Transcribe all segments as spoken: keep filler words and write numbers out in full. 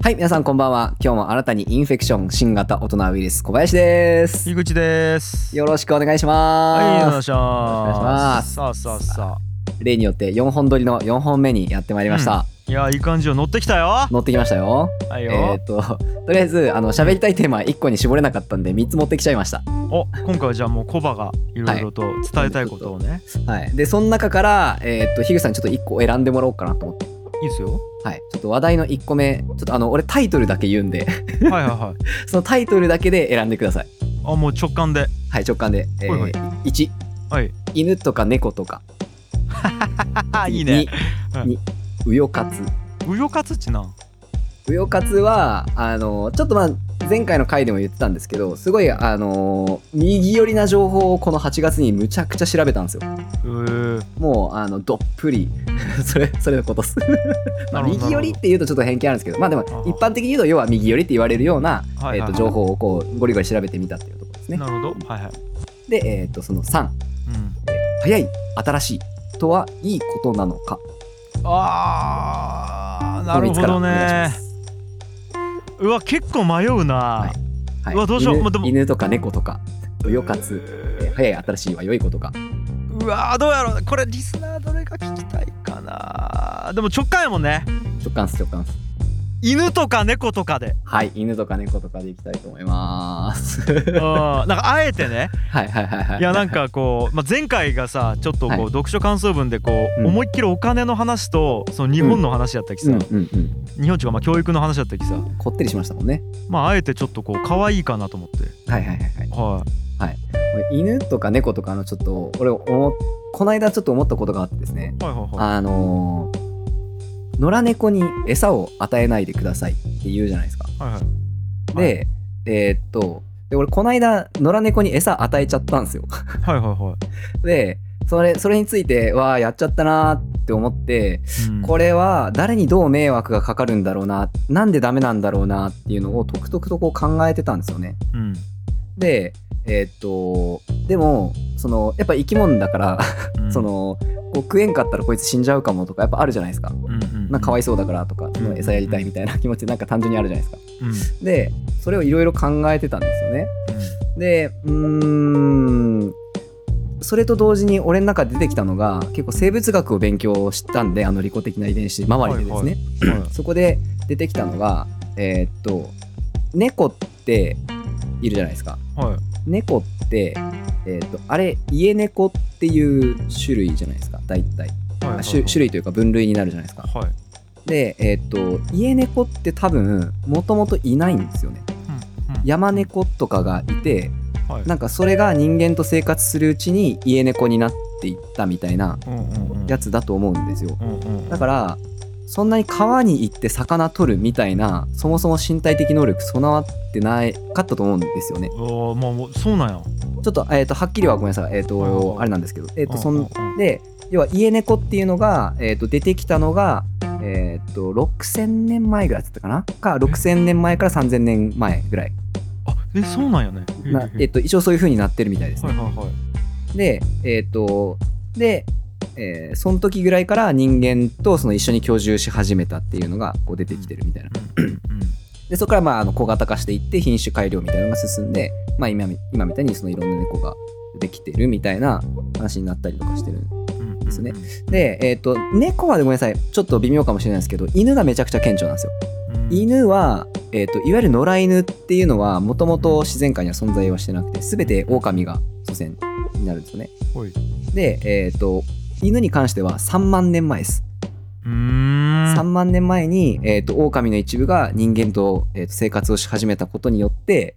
はい、皆さんこんばんは。今日もあなたにインフェクション新型大人ウイルス小林です。 井口です。 よろしくお願いします。 はい、お願いします。 お願いします。 さあさあさあ、 例によってよんほん撮りのよんほんめにやってまいりました。 うん、いや、いい感じよ。乗ってきたよ。 乗ってきましたよ。 はいよ。 えー、っととりあえずあの喋りたいテーマいっこに絞れなかったんでみっつ持ってきちゃいました。 お、今回はじゃあもうコバがいろいろと伝えたいことをね。 はい。はい、でその中からえー、っと樋口さんちょっといっこ選んでもらおうかなと思って。 いいですよ。 はい、ちょっと話題のいっこめ、ちょっとあの俺タイトルだけ言うんではいはいはい。 そのタイトルだけで選んでください。 あ、もう直感で。 はい、直感で。えー、はいはい、いち、 はい、 犬とか猫とか。 いいね。 に、うよかつ。 うよかつっちな。 うよかつはあのちょっとまあ前回の回でも言ってたんですけど、すごいあの右寄りな情報をこのはちがつにむちゃくちゃ調べたんですよ。 うーもうあのどっぷりそれそれのことっすまあ右寄りっていうとちょっと偏見あるんですけど、まあでも一般的に言うと要は右寄りって言われるような、えー、と情報をこうゴリゴリ調べてみたっていうところですね。 なるほど。はいはい。 で、えー、とそのさん、うん、早い新しいとはいいことなのか。 あー、なるほどね。うわ、結構迷うな、はいはい、うわ、どうしよう。 犬、 でも犬とか猫とかうよかつ、えー、早い新しいは良いことか。 うわ、どうやろう。これリスナーどれが聞きたいかな。でも直感やもんね。 直感っす直感っす。 犬とか猫とかで。はい、 犬とか猫とかでいきたいと思いますうん、なんかあえてねはいはいはいはい。 いや、なんかこう、まあ、前回がさちょっとこう、はい、読書感想文でこう、うん、思いっきりお金の話とその日本の話やったきさ、うんうんうんうん、日本中がまあ教育の話やったきさ、 こってりしましたもんね。 まああえてちょっとこう可愛いかなと思って。 はいはいはいはい、 はいはい、犬とか猫とかのちょっと俺思この間ちょっと思ったことがあってですね、 はいはいはい、 あのー野良猫に餌を与えないでくださいって言うじゃないですか。 はいはい、 で、えー、っとで俺この間野良猫に餌与えちゃったんですよはいはいはい。 でそれそれについてわーやっちゃったなーって思って、うん、これは誰にどう迷惑がかかるんだろうな、なんでダメなんだろうなっていうのをとくとくとこう考えてたんですよね。うん、でえー、っとでもそのやっぱ生き物だから、うん、そのこう食えんかったらこいつ死んじゃうかもとかやっぱあるじゃないですか。うんうんうん、なんかかわいそうだからとか、その餌やりたいみたいな気持ちなんか単純にあるじゃないですか。うん、でそれをいろいろ考えてたんですよね。うん、でうーんそれと同時に俺の中で出てきたのが結構生物学を勉強したんで、あの利己的な遺伝子周りでですね、はいはい、そこで出てきたのがえー、っと猫っているじゃないですか。はい、猫って、えー、とあれ家猫っていう種類じゃないですか大体、はいはいはい、種, 種類というか分類になるじゃないですか。はい、で、えー、と家猫って多分もともといないんですよね。うんうん、山猫とかがいて、はい、なんかそれが人間と生活するうちに家猫になっていったみたいなやつだと思うんですよ。うんうんうん、だからそんなに川に行って魚取るみたいなそもそも身体的能力備わってないかったと思うんですよね。 あ、まあ、もうそうなんや。 ちょっと、えー、とはっきりはごめんなさい、えー、とあれなんですけど、えー、とそんで要は家猫っていうのが、えー、と出てきたのが、えー、とろくせんねんまえぐらいだったかなかろくせんねんまえからさんぜんねんまえぐらい。 あ、えそうなんやね。 な、えー、と一応そういう風になってるみたいですね。はいはいはい、でえっ、ー、とでえー、その時ぐらいから人間とその一緒に居住し始めたっていうのがこう出てきてるみたいな。でそこからまああの小型化していって品種改良みたいなのが進んで、まあ、今, 今みたいにそのいろんな猫ができてるみたいな話になったりとかしてるんですね。で、えー、と猫はごめんなさいちょっと微妙かもしれないですけど犬がめちゃくちゃ顕著なんですよ。犬は、えー、といわゆる野良犬っていうのはもともと自然界には存在はしてなくて全て狼が祖先になるんですよね。でえっ、ー、と犬に関してはさんまんねんまえです。うーんさんまんねんまえに、えー、と狼の一部が人間と、えー、と生活をし始めたことによって、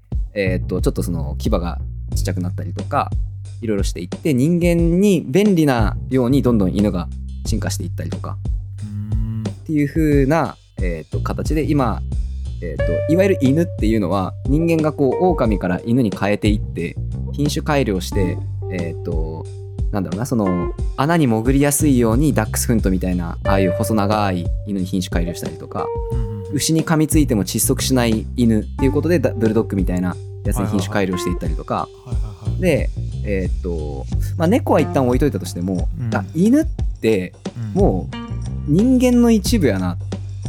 えー、とちょっとその牙がちっちゃくなったりとかいろいろしていって人間に便利なようにどんどん犬が進化していったりとかっていう風な、えー、と形で今、えー、といわゆる犬っていうのは人間がこう狼から犬に変えていって品種改良してえっ、となんだろうなその穴に潜りやすいようにダックスフントみたいなああいう細長い犬に品種改良したりとか、うんうん、牛に噛みついても窒息しない犬っていうことでブルドッグみたいなやつに品種改良していったりとか、はいはいはい、でえー、っとまあ猫は一旦置いといたとしても、うん、あ犬ってもう人間の一部やなって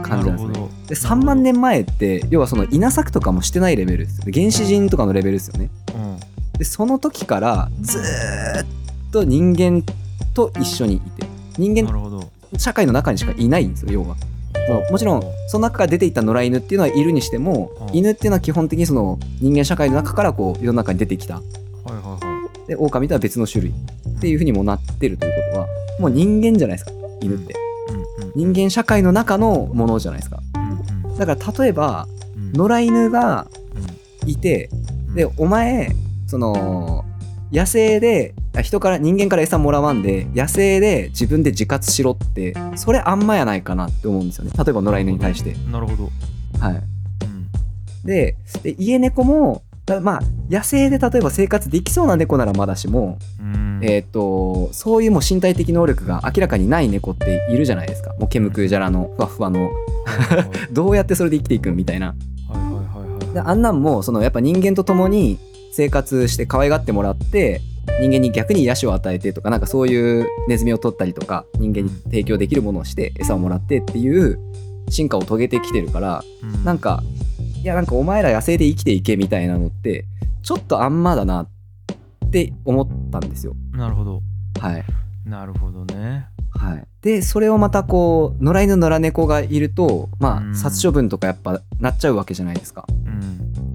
感じなんですね。でさんまんねんまえって要はその稲作とかもしてないレベルですよ。原始人とかのレベルですよね、うん、でその時からずーっと人間と一緒にいて、人間社会の中にしかいないんですよ要は。もちろんその中から出ていった野良犬っていうのはいるにしても、うん、犬っていうのは基本的にその人間社会の中からこう世の中に出てきた、はいはいはい、で狼とは別の種類っていう風にもなってるということはもう人間じゃないですか犬って、うんうん、人間社会の中のものじゃないですか、うんうん、だから例えば、うん、野良犬がいて、うん、でお前その野生で人から人間から餌もらわんで野生で自分で自活しろってそれあんまやないかなって思うんですよね。例えば野良犬に対して。 なるほど。 はい。うん、で, で家猫もまあ野生で例えば生活できそうな猫ならまだしも、うん、えっ、ー、とそういうもう身体的能力が明らかにない猫っているじゃないですか。もう毛むくじゃらのふわふわのどうやってそれで生きていくみたいな。はいはいはいはい、であんなんもそのやっぱ人間と共に生活して可愛がってもらって人間に逆に癒しを与えてとかなんかそういうネズミを取ったりとか人間に提供できるものをして餌をもらってっていう進化を遂げてきてるから、うん、なんかいやなんかお前ら野生で生きていけみたいなのってちょっとあんまだなって思ったんですよ。 なるほど。 はい。 なるほどね。 はい。でそれをまたこう野良犬野良猫がいるとまあ、うん、殺処分とかやっぱなっちゃうわけじゃないですか。うん、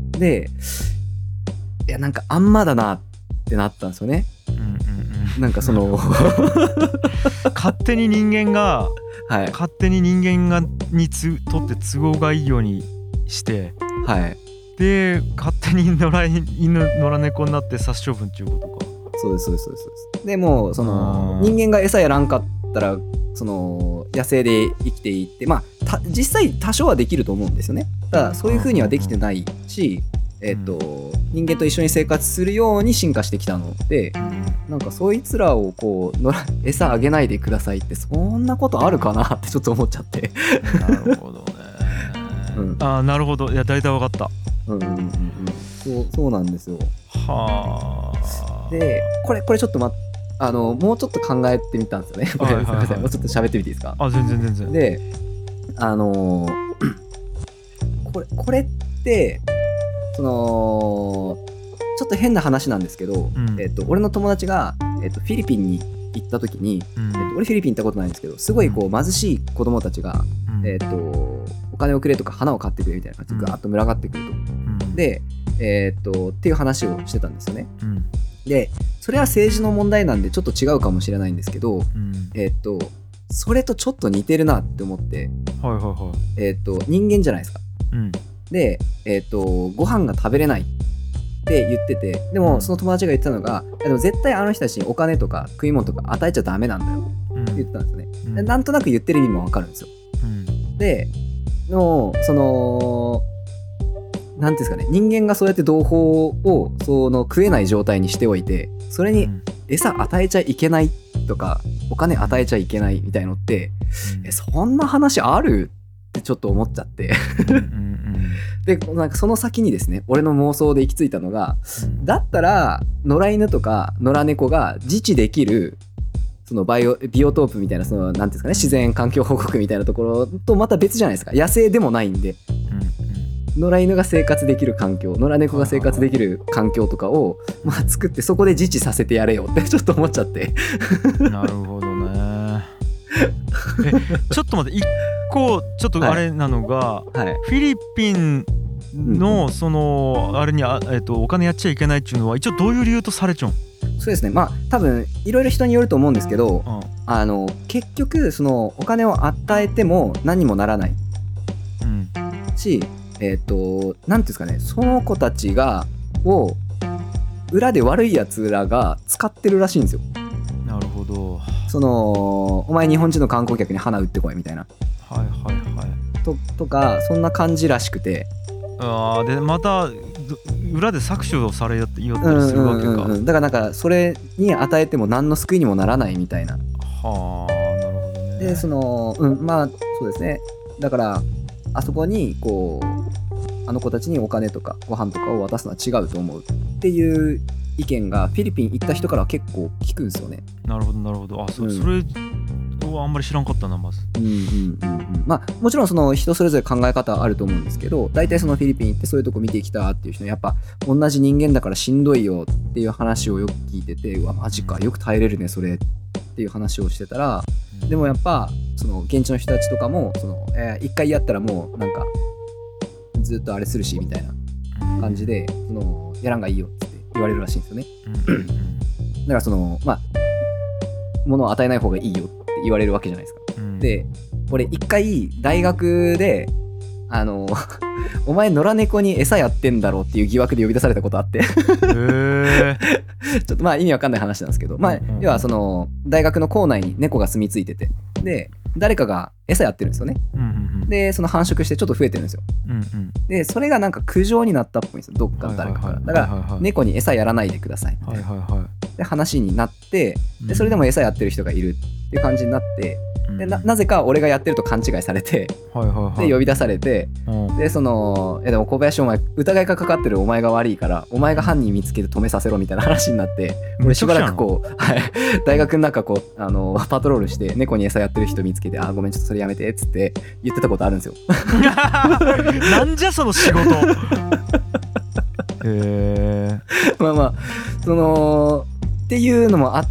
でいやなんかあんまだなってなったんですよね。うんうんうん、なんかその勝手に人間が、はい、勝手に人間がにつとって都合がいいようにして、はい、で勝手に野良犬野良猫になって殺処分っていうことか。 そうですそうですそうです。でもうその人間が餌やらんかったらその野生で生きていってまあた実際多少はできると思うんですよね。ただそういう風にはできてないし。えーとうん、人間と一緒に生活するように進化してきたので、うん、なんかそいつらをこうのら餌あげないでくださいってそんなことあるかなってちょっと思っちゃってなるほどね、うん、あなるほどいや大体分かった、うんうんうんうん、 そうそうなんですよ。 はあでこれこれちょっと、ま、あのもうちょっと考えてみたんですよね。はいはいはい、すみませんもうちょっと喋ってみていいですか。 あ全然全然であのこれこれってそのちょっと変な話なんですけど、うんえー、と俺の友達が、えー、とフィリピンに行った時に、うんえー、と俺フィリピン行ったことないんですけどすごいこう貧しい子供たちが、うんえー、とお金をくれとか花を買ってくれみたいな感じでガーッと群がってくると、うん、で、えー、とっていう話をしてたんですよね、うん、でそれは政治の問題なんでちょっと違うかもしれないんですけど、うんえー、とそれとちょっと似てるなって思って、はいはいはいえー、と人間じゃないですか、うんで、えーと、ご飯が食べれないって言っててでもその友達が言ってたのがでも絶対あの人たちにお金とか食い物とか与えちゃダメなんだよって言ってたんですね、うん、なんとなく言ってる意味もわかるんですよ、うん、でのそのなんていうんですかね人間がそうやって同胞をその食えない状態にしておいてそれに餌与えちゃいけないとかお金与えちゃいけないみたいのって、うん、えそんな話あるってちょっと思っちゃってうんうんでなんかその先にですね俺の妄想で行き着いたのが、うん、だったら野良犬とか野良猫が自治できるそのバイオビオトープみたいなそのなんていうんですかね自然環境保護区みたいなところとまた別じゃないですか。野生でもないんで、うんうん、野良犬が生活できる環境野良猫が生活できる環境とかを、まあ、作ってそこで自治させてやれよってちょっと思っちゃってなるほどねえちょっと待って一個ちょっとあれなのが、はいはい、フィリピンのそのあれにあ、えっと、お金やっちゃいけないっていうのは一応どういう理由とされちゃうん？ そうですねまあ多分いろいろ人によると思うんですけど、うん、あの結局そのお金を与えても何にもならない、うん、しえっとなんていうんですかねその子たちがを裏で悪いやつらが使ってるらしいんですよ。 なるほど。 そのお前日本人の観光客に花売ってこいみたいなはいはいはいと, とかそんな感じらしくてあでまた裏で搾取をされよって言おったりするわけか、うんうんうん、 だからなんかそれに与えても何の救いにもならないみたいなはあなるほどね。 でそのうんまあそうですねだからあそこにこうあの子たちにお金とかご飯とかを渡すのは違うと思うっていう意見がフィリピン行った人からは結構聞くんですよね。 なるほどなるほどあ そ,、うん、それはあんまり知らんかったなまず。 うんうんうんうん、まあもちろんその人それぞれ考え方あると思うんですけど、大体そのフィリピン行ってそういうとこ見てきたっていう人はやっぱ同じ人間だからしんどいよっていう話をよく聞いてて、うわマジかよく耐えれるねそれっていう話をしてたら、でもやっぱその現地の人たちとかもその、えー、一回やったらもうなんかずっとあれするしみたいな感じで、そのやらんがいいよって言われるらしいんですよね。だからそのまあ物を与えない方がいいよって言われるわけじゃないですか。うん、で俺一回大学であのお前野良猫に餌やってんだろっていう疑惑で呼び出されたことあってへーちょっとまあ意味わかんない話なんですけど、まあ要はその大学の校内に猫が住み着いてて、で誰かが餌やってるんですよね、うんうんうん、でその繁殖してちょっと増えてるんですよ、うんうん、でそれがなんか苦情になったっぽいんですよ、どっかの誰かから、だから猫に餌やらないでくださいみたいな、はいはいはい、で話になって、でそれでも餌やってる人がいるっていう感じになって、で な, なぜか俺がやってると勘違いされて、はいはいはい、で呼び出されて、うん、でそのえでも小林お前疑いがかかってるお前が悪いからお前が犯人見つけて止めさせろみたいな話になって、俺しばらくこう、はい、大学の中こうあのパトロールして猫に餌やってる人見つけて、あごめんちょっとそれやめてっつって言ってたことあるんですよなんじゃその仕事へまあまあそのっていうのもあって、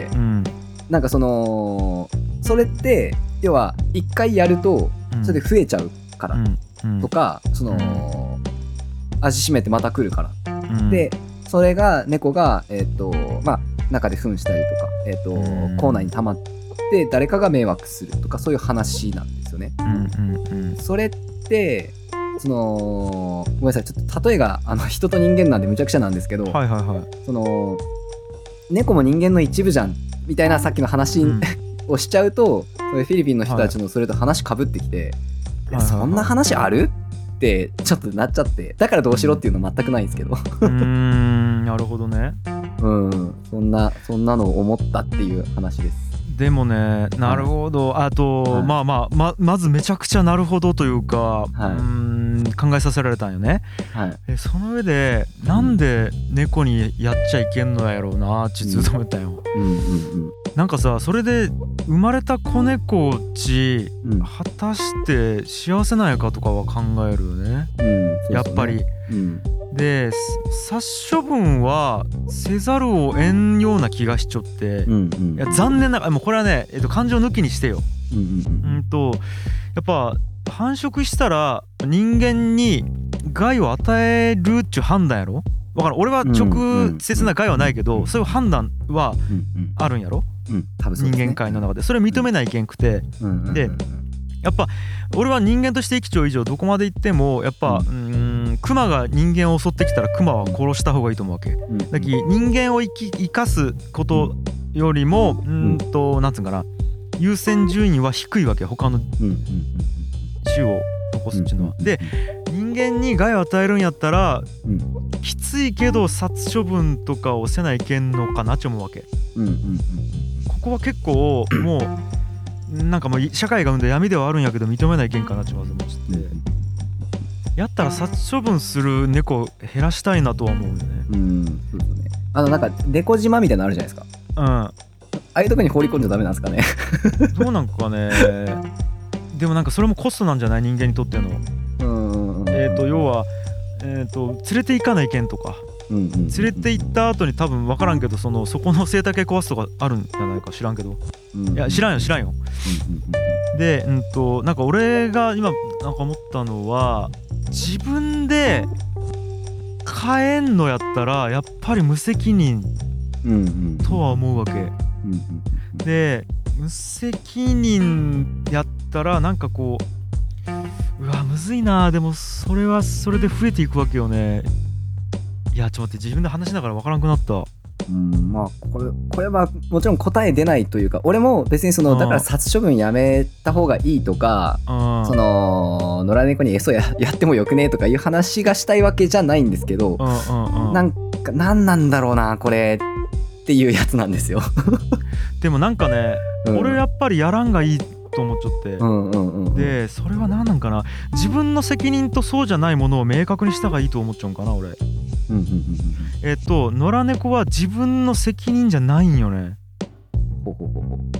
うん、なんかそのそれって要は一回やるとそれで増えちゃうからとか、うんうん、その味しめてまた来るから、うん、でそれが猫がえっとまあ中で糞したりとかえっと、うん、口内に溜まって誰かが迷惑するとかそういう話なんですよね、うんうんうん、それってそのごめんなさいちょっと例えがあの人と人間なんでむちゃくちゃなんですけど、はいはいはい、その猫も人間の一部じゃんみたいなさっきの話、うんをしちゃうと、それフィリピンの人たちのそれと話かぶってきて、はい、そんな話あるってちょっとなっちゃって、だからどうしろっていうのは全くないんですけどうーんなるほどね、 うんそんなそんなのを思ったっていう話です。 でもねなるほど、はい、あと、はい、まあまあ ま, まずめちゃくちゃなるほどというか、はい、うーん考えさせられたんよね、はい、えその上でなんで猫にやっちゃいけんのやろうなってずっと思ったよ、うんうんうんうん、なんかさそれで生まれた子猫っち、うん、果たして幸せなんやかとかは考えるよね、うん、やっぱり、うん、で殺処分はせざるを得んような気がしちょって、うんうん、いや残念ながらもうこれはね、えっと、感情抜きにしてよ、うんうんうん、とやっぱ繁殖したら人間に害を与えるっちゅう判断やろ。わからん俺は直接な害はないけど、うんうん、そういう判断はあるんやろ、うんうん多分そうですね、人間界の中でそれ認めないけんくて、うん、でやっぱ俺は人間として生きちゃう以上どこまで行ってもやっぱ、うん、うーんクマが人間を襲ってきたらクマは殺した方がいいと思うわけ、うん、だき人間を生き生かすことよりもうんとなんつうんかな優先順位は低いわけ他の種を残すっていうのは、うん、で人間に害を与えるんやったら、うん、きついけど殺処分とかをせないけんのかなって思うわけ、うんうんうん、ここは結構もうなんかもう社会が生んだ闇ではあるんやけど認めないけんかなってまず思って、うん、やったら殺処分する猫減らしたいなとは思うよね。うんそうですね。 あのなんか猫島みたいなのあるじゃないですか。うん。ああいうとこに放り込んじゃダメなんですかね。 どうなんかね。でもなんかそれもコストなんじゃない人間にとっての。うんうん、えっ、ー、と要はえっ、ー、と連れて行かないけんとか。うんうんうんうん、連れて行った後に多分分からんけどそのそこの生態系壊すとかあるんじゃないか知らんけど、うんうん、いや知らんよ知らんよ、うんうんうん、でうんとなんか俺が今なんか思ったのは自分で飼えんのやったらやっぱり無責任とは思うわけ、うんうんうん、で無責任やったらなんかこううわむずいなでもそれはそれで増えていくわけよね。いやちょっと待って自分で話しながら分からなくなった。 うんまあこれこれはもちろん答え出ないというか俺も別にそのだから殺処分やめた方がいいとかその野良猫に餌 や, やってもよくねとかいう話がしたいわけじゃないんですけどなんか何なんだろうなこれっていうやつなんですよ。 でもなんかね、うん、俺やっぱりやらんがいいと思っちゃって、うんうんうんうん、でそれは何なんかな自分の責任とそうじゃないものを明確にした方がいいと思っちゃうんかな俺。うんうんうんうん、えっと野良猫は自分の責任じゃないんよね。ほほほほ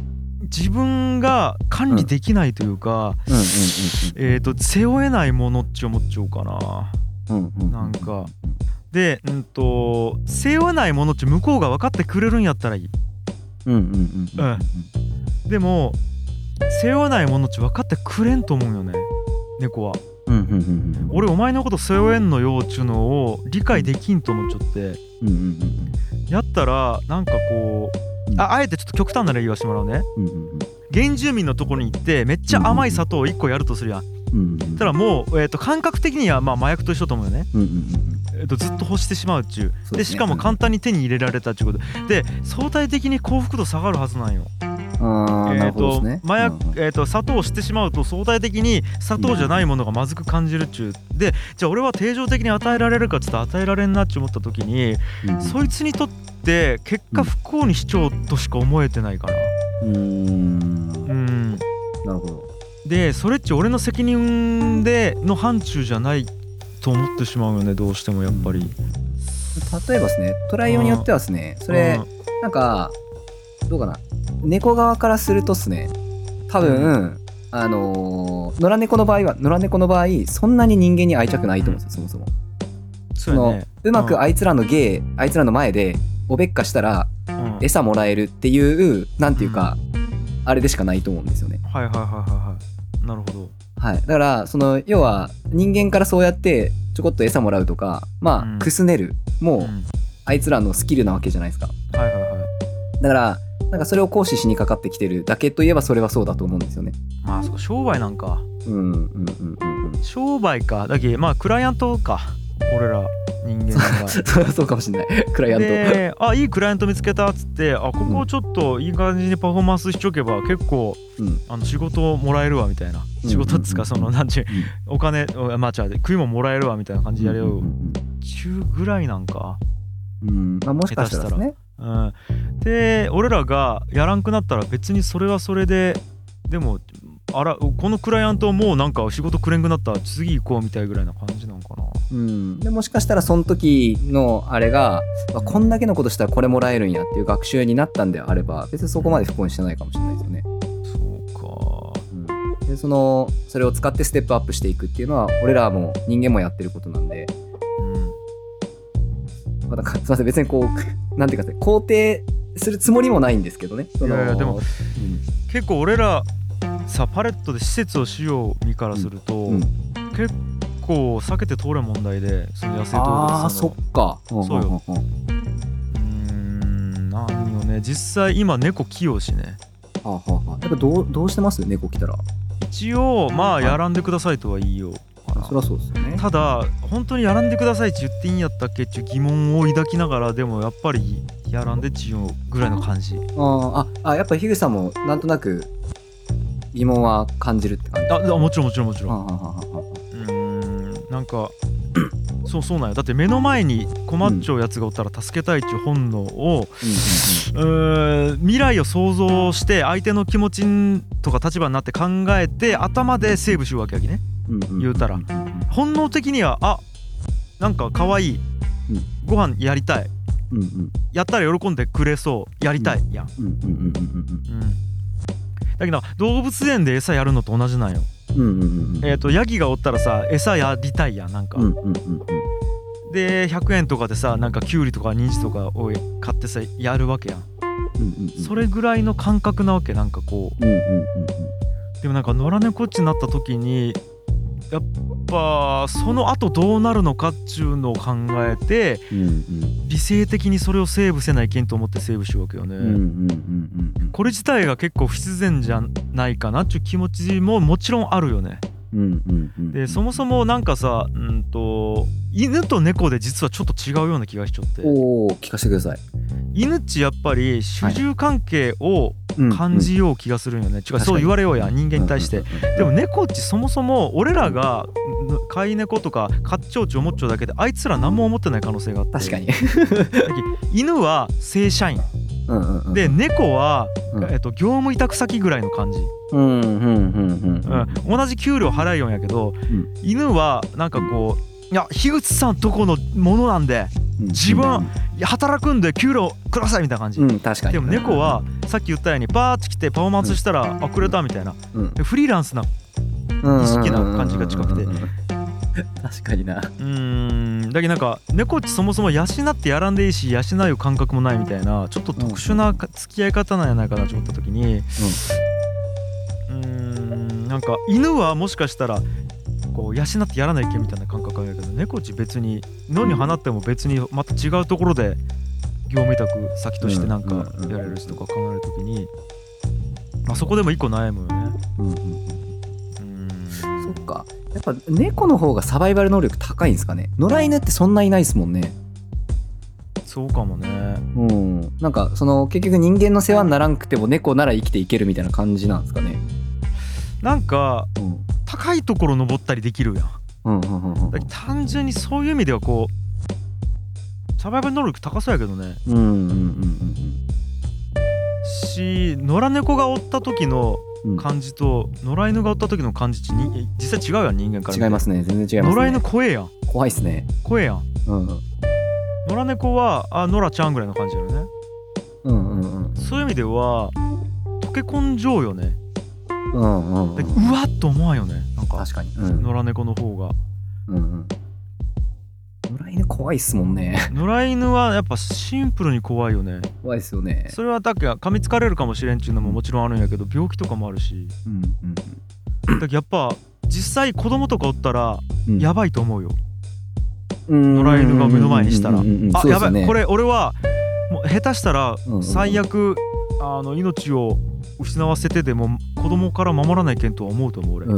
自分が管理できないというか、えっと背負えないものって思っちゃうかな、うんうん、なんかで、うんと背負えないものって向こうが分かってくれるんやったらいい、うんうんうんうん、うん、でも背負えないものって分かってくれんと思うよね猫は、うんうんうんうん、俺お前のこと背負えんのよっちゅうのを理解できんと思っちゃって、うんうんうん、やったらなんかこう あ, あえてちょっと極端な例言わせてもらうね、うんうんうん、原住民のところに行ってめっちゃ甘い砂糖をいっこやるとするやん、うんうん、ただもう、えー、と感覚的にはまあ麻薬と一緒と思うよね、うんうんうん、えー、とずっと欲してしまうっちゅう、でしかも簡単に手に入れられたっちゅうことで相対的に幸福度下がるはずなんよ。あえーとね、麻薬、えーと砂糖を知ってしまうと相対的に砂糖じゃないものがまずく感じるっちゅうで、じゃあ俺は定常的に与えられるかっつって与えられんなっち思った時に、うん、そいつにとって結果不幸にしちゃうとしか思えてないかな。うーん、うん、なるほど。でそれっち俺の責任での範疇じゃないと思ってしまうよね、どうしてもやっぱり。 例えばですね、トライ用によってはですね、それなんかどうかな、猫側からするとですね、多分、うん、あのー、野良猫の場合は野良猫の場合そんなに人間に愛着ないと思うんですよ、そもそも。その、ね、うまくあいつらの芸、うん、あいつらの前でおべっかしたら、うん、餌もらえるっていうなんていうか、うん、あれでしかないと思うんですよね。 はいはいはいはいはい。なるほど。はい。 だからその要は人間からそうやってちょこっと餌もらうとか、まあ、うん、くすねるもう、うん、あいつらのスキルなわけじゃないですか。はいはいはい。だからなんかそれを行使しにかかってきてるだけといえばそれはそうだと思うんですよね。 まあそこ商売なんか。うんうんうんうんうん。商売か。だけまあクライアントか。俺ら人間が。 それはそうかもしれない。クライアント。 で、あいいクライアント見つけたっつって、あここちょっといい感じにパフォーマンスしちょけば結構、うん、あの仕事をもらえるわみたいな。仕事っつかそのなんちゅう、うん、お金まあじゃあ食いももらえるわみたいな感じでやれよ。中ぐらいなんか。 うん。まあもしかしたらですね。 うん、で俺らがやらんくなったら別にそれはそれででもあらこのクライアントもうなんか仕事くれんくなったら次行こうみたいぐらいな感じなんかな、 うん、でもしかしたらその時のあれが、まあ、こんだけのことしたらこれもらえるんやっていう学習になったんであれば別にそこまで不幸にしてないかもしれないですよね。 そうか、 うん、でそのそれを使ってステップアップしていくっていうのは俺らも人間もやってることなんで、まあ、なんかすいません別にこうなんていうか肯定するつもりもないんですけどね。 いやいやでも、うん、結構俺らさパレットで施設をしよう身からすると、うんうん、結構避けて通れん問題でその野生動物の。 あーそっか。 そうよ。うーん何よね実際今猫器用しね。 はあはあはあ、やっぱどうどうしてます猫来たら。 一応まあやらんでくださいとは言いよう。 そりゃそうですよね。 ただ本当にやらんでくださいって言っていいんやったっけっていう疑問を抱きながらでもやっぱりやらんでっちゅうぐらいの感じ。 ああやっぱ樋口さんもなんとなく疑問は感じるって感じ。 あもちろんもちろんもちろん。うーんなんかそうそうなんよ。だって目の前に困っちゃうやつがおったら助けたいっていう本能を、うん、う未来を想像して相手の気持ちとか立場になって考えて頭でセーブしようわけやきね、うんうん、言うたら本能的にはあなんか可愛い、うん、ご飯やりたい、うんうん、やったら喜んでくれそうやりたいやん。だけど動物園で餌やるのと同じなんよ。うんうんうん、えーとヤギがおったらさ餌やりたいやんなんか、うんうんうんうん、でひゃくえんとかでさなんかキュウリとかニンジとかを買ってさやるわけやん、うんうんうん、それぐらいの感覚なわけなんかこう、うんうんうんうん、でもなんか野良猫っちになった時にやっぱその後どうなるのかっちゅうのを考えて、うんうん、理性的にそれをセーブせないけんと思ってセーブしようわけよね、うんうんうんうん、これ自体が結構不自然じゃないかなっちゅう気持ちももちろんあるよね、うんうんうん、でそもそもなんかさ、うんと犬と猫で実はちょっと違うような気がしちゃって。 おー聞かせてください。 犬っちやっぱり主従関係を感じよう気がするんよね、はいうんうん、違うそう言われようや人間に対して、うんうんうん、でも猫っちそもそも俺らが飼い猫とか飼っちょうち思っちゃうだけであいつら何も思ってない可能性があって。 確かに犬は正社員、うんうんうん、で猫は、うんえっと、業務委託先ぐらいの感じ、うんうんうんうんうん、同じ給料払えよんやけど、うん、犬はなんかこういや樋口さんとこのものなんで自分働くんで給料くださいみたいな感じ、 うん、確かに。 でも猫はさっき言ったようにバーッと来てパフォーマンスしたら、うん、あくれたみたいな、うん、フリーランスな意識な感じが近くて、 確かにな。 うーんだけどなんか猫ってそもそも養ってやらんでいいし養う感覚もないみたいなちょっと特殊な付き合い方なんやないかなと思った時に、うん、うーんなんか犬はもしかしたらこう養ってやらないけんみたいな感覚あるけど、猫っち別に野に放っても別にまた違うところで業務委託先としてなんかやれるとか考えるときに、まあそこでも一個悩むよね。うんうんうん、 そっか。やっぱ猫の方がサバイバル能力高いんですかね。野良犬ってそんないないですもんね。 そうかもね。 うん。なんかその結局人間の世話にならんくても猫なら生きていけるみたいな感じなんですかね。 なんか、うん、高いところ登ったりできるやん。 うんうんうんうん、 だから単純にそういう意味ではこうサバイバル能力高そうやけどね。 うんうんうんうん。 し野良猫がおった時の感じと、うん、野良犬がおった時の感じって実際違うやん人間から。 違いますね。全然違いますね。 野良犬怖えやん。 怖いっすね。 怖えやん。 うんうん、 野良猫はあ野良ちゃんぐらいの感じだよね。 うんうんうん。 そういう意味では溶け込んじょうよね。 うんうんうん、 うわっと思わんよね。なんか確かに、うん、 野良猫の方が、 うんうん、野良犬怖いっすもんね。 野良犬はやっぱシンプルに怖いよね。 怖いっすよね。 それはだけ噛みつかれるかもしれんっていうのももちろんあるんやけど病気とかもあるし、うんうん、だけどやっぱ実際子供とかおったらやばいと思うよ、うん、野良犬が目の前にしたら、うんうんうん、あ、ね、やばいこれ俺はもう下手したら最悪、うんうん、あの命を失わせてでも子供から守らないけんとは思うと思う俺。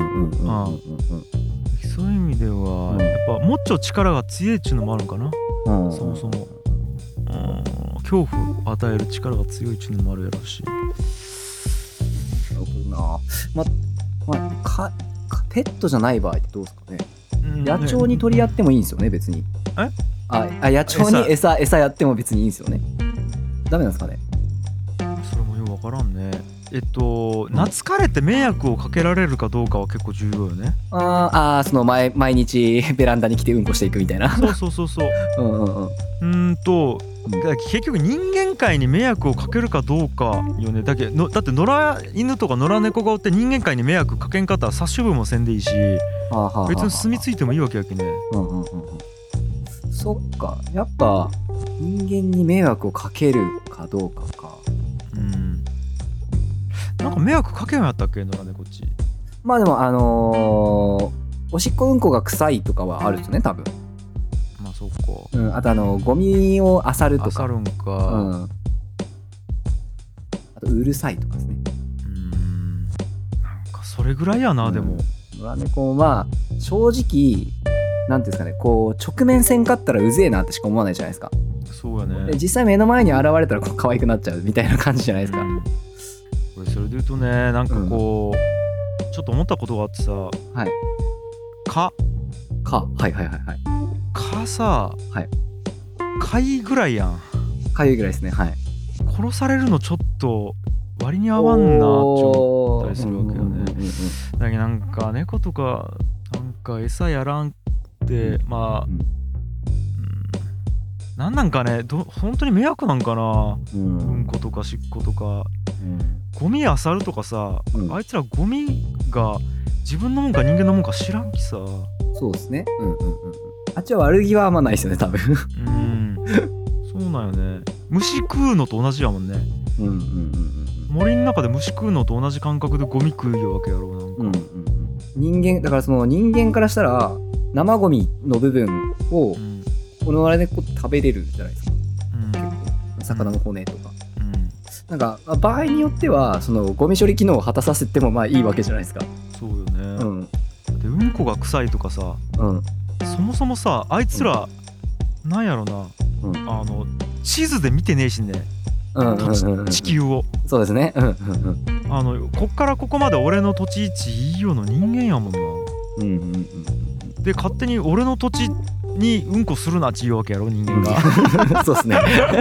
そういう意味では、うん、やっぱもっちょ力が強いっちゅうのもあるんかな、うん、そもそも、うん、恐怖を与える力が強いっちゅうのもあるやろうし。なるほどな。ま、まかペットじゃない場合ってどうですかね、うん、野鳥に取り合ってもいいんですよね別に。 えああ野鳥に餌餌やっても別にいいんですよね。ダメなんですかね。 それもよく分からんね。えっと懐かれて迷惑をかけられるかどうかは結構重要よね。 ああその毎毎日ベランダに来てうんこしていくみたいな。 そうそうそうそう。うんうんうん。うんと結局人間界に迷惑をかけるかどうかよね。だけどだって野良犬とか野良猫がおって人間界に迷惑かけんかったら殺処分もせんでいいし、別に住み着いてもいいわけやけね。うんうんうん。 そっかやっぱ人間に迷惑をかけるかどうかか。うん。 なんか迷惑かけんやったっけ野良猫っち。 まあでもあのー、おしっこうんこが臭いとかはあるんですよね多分。 まあそっか。 うん、あとあのゴミを漁るとか。 漁るんか。うん。 あとうるさいとかですね。 うーん。なんかそれぐらいやな、うん、でも。 野良猫もまあ正直なんていうんですかねこう直面せんかったらうぜえなってしか思わないじゃないですか。 そうやね。 で実際目の前に現れたらこう可愛くなっちゃうみたいな感じじゃないですか。うん、 これそれで言うとねなんかこう、うん、ちょっと思ったことがあってさ、はい、蚊蚊はいはいはいはい蚊さ、はい、かゆいぐらいやん。 かゆいぐらいですね。はい。 殺されるのちょっと割に合わんなって思ったりするわけよね。だけどなんか猫とかなんか餌やらんって、うん、まあ、うん、なんなんかねど本当に迷惑なんかな、うん、うんことかしっことか、うん、ゴミ漁るとかさ、うん、あいつらゴミが自分のもんか人間のもんか知らんきさ。 そうですね。うんうんうん。あっちは悪気はあんまないですよね多分。うん。 そうなんよね。虫食うのと同じやもんね。うんうんうんうん。森の中で虫食うのと同じ感覚でゴミ食うよわけやろうなんか。うんうんうん。 人間だからその人間からしたら生ゴミの部分を、うん、このあれでこう食べれるじゃないですか。うん、結構魚の骨とか。うんうん、なんか場合によってはそのゴミ処理機能を果たさせてもまあいいわけじゃないですか。 そうよね。うん。でうんこが臭いとかさ。うん。そもそもさあいつら、うん、なんやろな、うん、あの地図で見てねえしね、うんうんうんうん、地球を。 そうですね、うんうんうん、 あのこっからここまで俺の土地位置いいような人間やもんな、うんうんうん、で勝手に俺の土地にうんこするなって言うわけやろ人間が。 そうですね。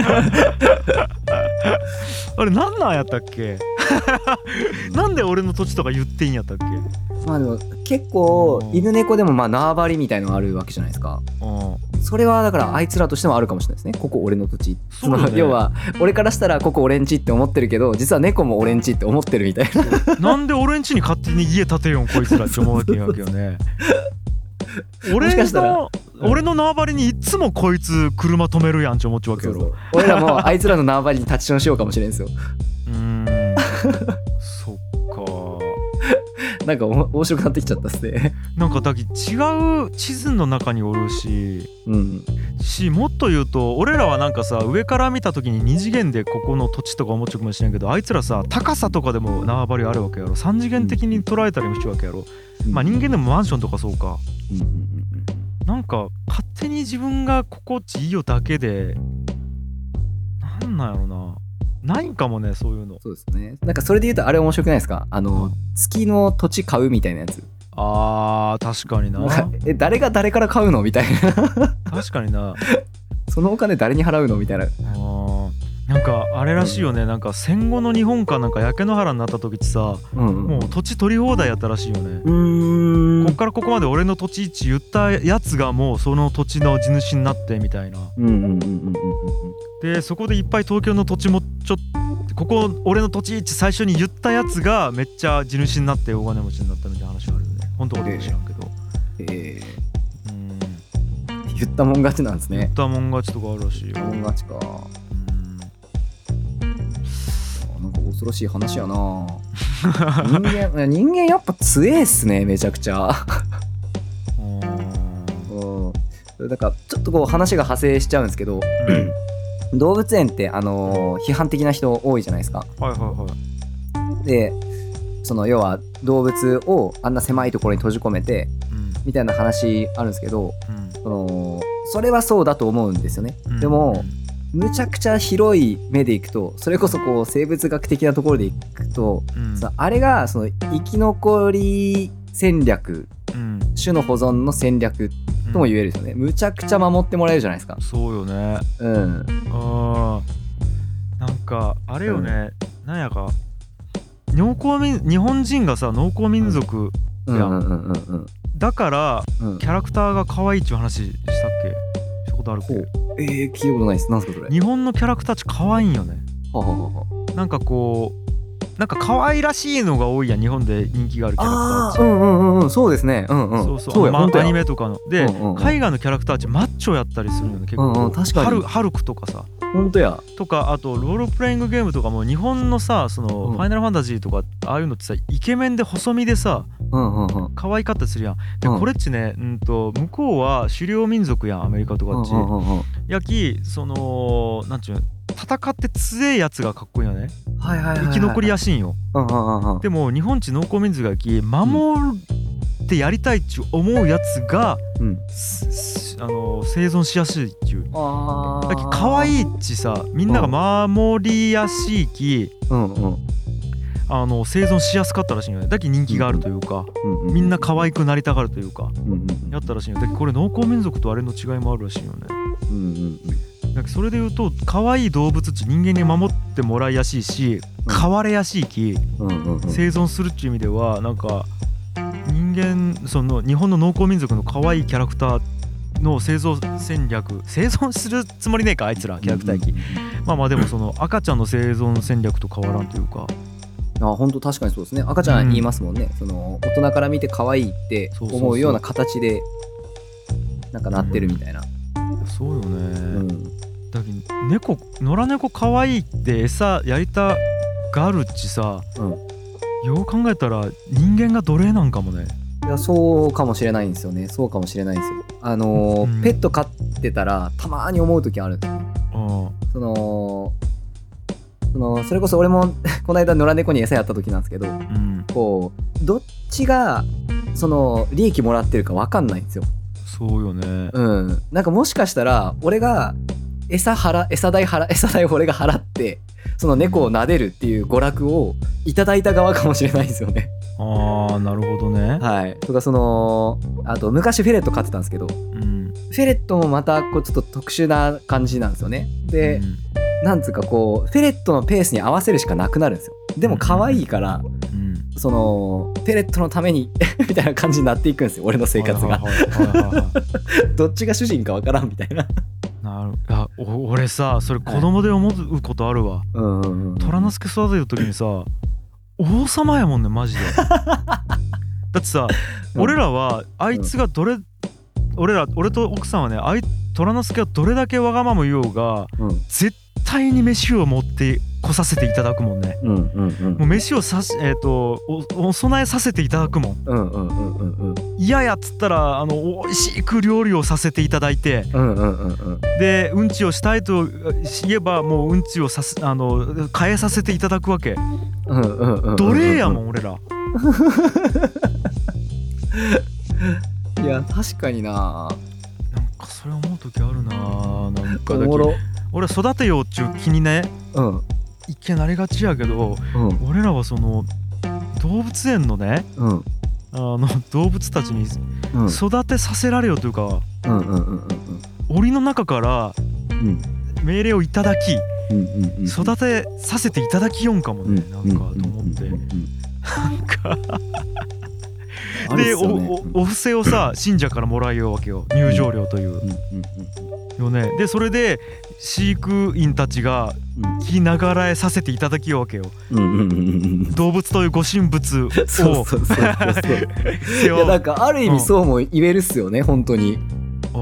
あれなんなんやったっけ。なんで俺の土地とか言ってんやったっけ。 まあでも結構犬猫でもまあ縄張りみたいのあるわけじゃないですか。 それはだからあいつらとしてもあるかもしれないですね。ここ俺の土地、 そうだね、 その要は俺からしたらここ俺んちって思ってるけど、実は猫も俺んちって思ってるみたいな。なんで俺んちに勝手に家建てよんこいつらって思うわけやけどね。俺の俺の縄張りにいつもこいつ車止めるやんって思っちゃうわけやろ。そうそう俺らもあいつらの縄張りに立ちションしようかもしれんすよ。 うーんそっか。 なんか面白くなってきちゃったっすね。 なんかだけ違う地図の中におるし、 うん、 しもっと言うと俺らはなんかさ上から見た時にに次元でここの土地とか思っちゃうかもしれんけど、あいつらさ高さとかでも縄張りあるわけやろ。さん次元的に捉えたりもしちゃうわけやろ、うん、まあ人間でもマンションとかそうか、うんうんうん、なんか勝手に自分が心地いいよだけでなんなんやろな、ないんかもねそういうの。 そうですね。なんかそれで言うとあれ面白くないですか、あの、うん、月の土地買うみたいなやつ。 あー確かにな。 え誰が誰から買うのみたいな。 確かにな。 そのお金誰に払うのみたいな。あなんかあれらしいよね、うん、なんか戦後の日本かなんか焼け野原になった時ってさ、うんうん、もう土地取り放題やったらしいよね。うーんこっからここまで俺の土地位置言ったやつがもうその土地の地主になってみたいな。でそこでいっぱい東京の土地もちょっとここ俺の土地位置最初に言ったやつがめっちゃ地主になって大金持ちになったみたいな話があるよね。本当かどうか知らんけど、えーえー、うん言ったもん勝ちなんですね。 言ったもん勝ちとかあるらしいよ。 もん勝ちか。なんか恐ろしい話やな。人間人間やっぱ強えっすね、めちゃくちゃ。うん、だからちょっとこう話が派生しちゃうんですけど、うん、動物園ってあのー、批判的な人多いじゃないですか。 はいはいはい。 でその要は動物をあんな狭いところに閉じ込めて、うん、みたいな話あるんですけど、うん、そのそれはそうだと思うんですよね。うん、でも、うん、むちゃくちゃ広い目でいくと、それこそこう生物学的なところでいくと、うん、そのあれがその生き残り戦略、うん、種の保存の戦略とも言えるですよね。むちゃくちゃ守ってもらえるじゃないですか。 そうよね。 うん。 あなんかあれよね、うん、なんやか農耕民日本人がさ農耕民族やん、うんうんうんうん、だから、うん、キャラクターが可愛いっていう話したっけ？したことあるっけ？ えー、聞いたことないです。なんすかそれ？ 日本のキャラクターって可愛いんよね。 はははは。 なんかこうなんか可愛らしいのが多いやん、日本で人気があるキャラクターって。 うんうんうん、そうですね。うんうん。 そうそう。そうや、まあ、アニメとかので、うんうんうん、海外のキャラクターってマッチョやったりするよね結構。うんうん、確かに。ハル、ハルクとかさ。 本当や。 とかあとロールプレイングゲームとかも日本のさその、うん、ファイナルファンタジーとかああいうのってさイケメンで細身でさ、うんうんうん、可愛かったりするやん。で、うん、これっちね、うんと向こうは狩猟民族やんアメリカとかっち。うんうんうんうん、やきそのなんちゅう戦って強いやつがかっこいいよね。 はいはいはいはい、 生き残りやしいんよ。うんうんうん、でも日本地農耕民族がやき守ってやりたいっちゅう思うやつが、うん、あの生存しやすいっちゅう。あだき可愛いっちさみんなが守りやしいき、うんうん、あの生存しやすかったらしいよね。だき人気があるというか、うんうん、みんな可愛くなりたがるというか、うんうん、やったらしいよ。だきこれ農耕民族とあれの違いもあるらしいよね。うんうんうん、それで言うと可愛い動物っち人間に守ってもらいやすいし飼われやすいき、うんうんうん、生存するっていう意味ではなんか人間その日本の農耕民族の可愛いキャラクターの生存戦略生存するつもりねえかあいつらキャラクターき、うんうんうん、まあまあでもその赤ちゃんの生存戦略と変わらんというか。 あ本当確かにそうですね。赤ちゃん言いますもんね、うん、その大人から見て可愛いって思うような形でなんかなってるみたいな。 うん、そうよね、うんだけど猫野良猫可愛いって餌やりたがるっちさ、うん、よう考えたら人間が奴隷なんかもね。 いやそうかもしれないんですよね。そうかもしれないんですよ。あのーうん、ペット飼ってたらたまーに思う時あるんですよね。そのそのそれこそ俺もこの間野良猫に餌やった時なんですけど、うん、こうどっちがその利益もらってるか分かんないんですよ。 そうよね。 うんなんかもしかしたら俺が餌払餌代払餌代を俺が払ってその猫を撫でるっていう娯楽をいただいた側かもしれないですよね。 あーなるほどね。 はいとかそのあと昔フェレット飼ってたんですけど、うん、フェレットもまたこうちょっと特殊な感じなんですよね。で、うん、なんつうかこうフェレットのペースに合わせるしかなくなるんですよ。でも可愛いから、うん、 そのペレットのためにみたいな感じになっていくんですよ俺の生活がどっちが主人かわからんみたいななるあお俺さそれ子供で思うことあるわ、はい、虎之助育てる時にさ王様やもんねマジでだってさ、うん、俺らはあいつがどれ、うん、俺ら俺と奥さんはねあい虎之助がどれだけわがまま言おうが、うん、絶対に飯を持って来させていただくもんね、うんうんうん、もう飯をさし、えー、と お, お供えさせていただくもん、うんうんうんうん、嫌やっつったらあのおいしく料理をさせていただいて、うんうんうんうん、でうんちをしたいと言えばもううんちをさすあの変えさせていただくわけ、うんうんうんうん、奴隷やもん俺らいや確かにななんかそれ思う時あるななんかだけ俺は育てようっちゅう気にね、うん、一見なりがちやけど、うん、俺らはその動物園のね、うん、あの動物たちに育てさせられよというか、うんうんうんうん、檻の中から命令をいただき、うんうんうん、育てさせていただきよんかもね、うん、なんかと思って、うんうんうん、なんかで、ね、お, お, お布施をさ信者からもらえようわけよ入場料という、うんうんうん、よね。でそれで飼育員たちが気ながらえさせていただきようわけよ、うんうんうん、動物というご神仏をそうそうそうそういやなんかある意味そうも言えるっすよね、うん、本当に。あ、うん、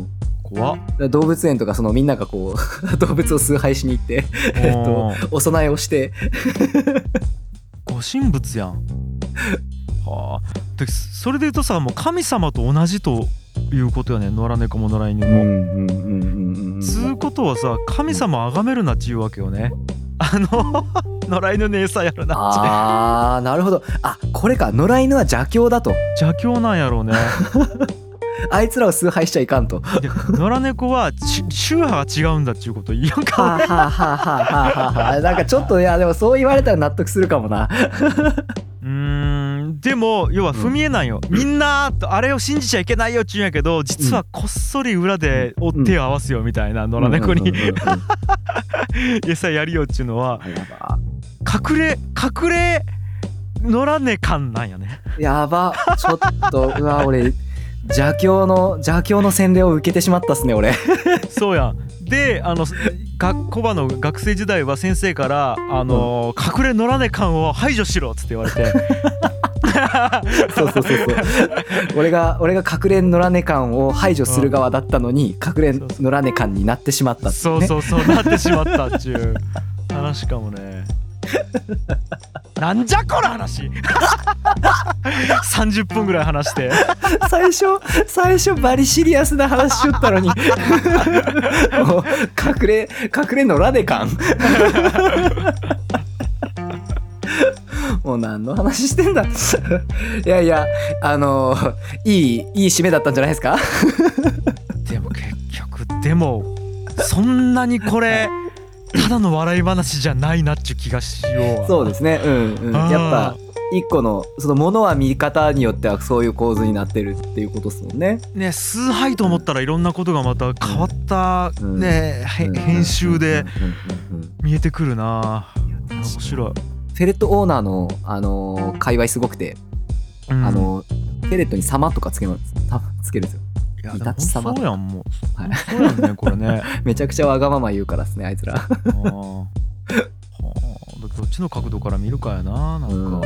怖っ。動物園とかそのみんながこう動物を崇拝しに行ってえっとお供えをしてご神仏やん。はあ、でそれで言うとさもう神様と同じということやね野良猫も野良犬も、うんうんうんうん、つうことはさ神様あがめるなっちゅうわけよねあの野良犬の餌やるなっち。 あーなるほど。あこれか野良犬は邪教だと。 邪教なんやろうねあいつらを崇拝しちゃいかんと。 野良猫は宗派が違うんだっちゅうこと言いよんか俺。ははははははなんかちょっといやでもそう言われたら納得するかもなうーんでも要は踏み絵なんよ、うん、みんなあれを信じちゃいけないよっちゅうんやけど実はこっそり裏で手を合わすよみたいな野良猫に餌やりよっちゅうのは隠れ隠れ野良猫感なんやね。 やばちょっとうわ俺邪教の邪教の洗礼を受けてしまったっすね俺そうやん。であのコバの学生時代は先生からあの、うん、隠れ野良猫感を排除しろっつって言われてそうそうそうそう俺が俺が隠れ野良猫感を排除する側だったのに、うん、隠れ野良猫感になってしまったって、ね、 そうそうそうなってしまったっちゅう話かもねなんじゃこの話さんじゅっぷんぐらい話して最初最初バリシリアスな話しよったのにもう隠れ隠れのラデカンもう何の話してんだいやいやあのー、いいいい締めだったんじゃないですかでも結局でもそんなにこれただの笑い話じゃないなっちゅう気がしよう。 そうですね、うんうん、やっぱ一個のそのものは見方によってはそういう構図になってるっていうことですもんね。 ね崇拝と思ったらいろんなことがまた変わったね、うん、編集で見えてくるな。面白い。 フェレットオーナーのあのー、界隈すごくて、うん、あのフェレットに様とかつけますつけるんですよ。 いやでもそうやんもう、はい、そうやんねこれねめちゃくちゃわがまま言うからですねあいつらあはどっちの角度から見るかやななんか、うんうんうん、は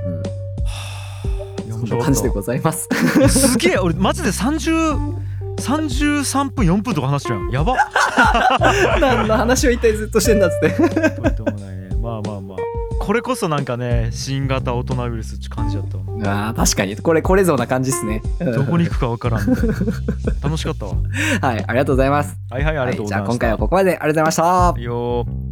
あ、そんな感じでございますすげえ俺マジでさんじゅう さんじゅうさんぷんよんぷんとか話しちゃうやば何の話を一体ずっとしてんだっつってとんでもないね。まあまあまあこれこそなんかね新型大人ウイルスって感じだったわ。 あ確かにこれこれぞな感じっすねどこに行くかわからんみたいな楽しかったわはいありがとうございます。 はいはいありがとうございました、 はい、じゃあ今回はここまでありがとうございました。 いいよー。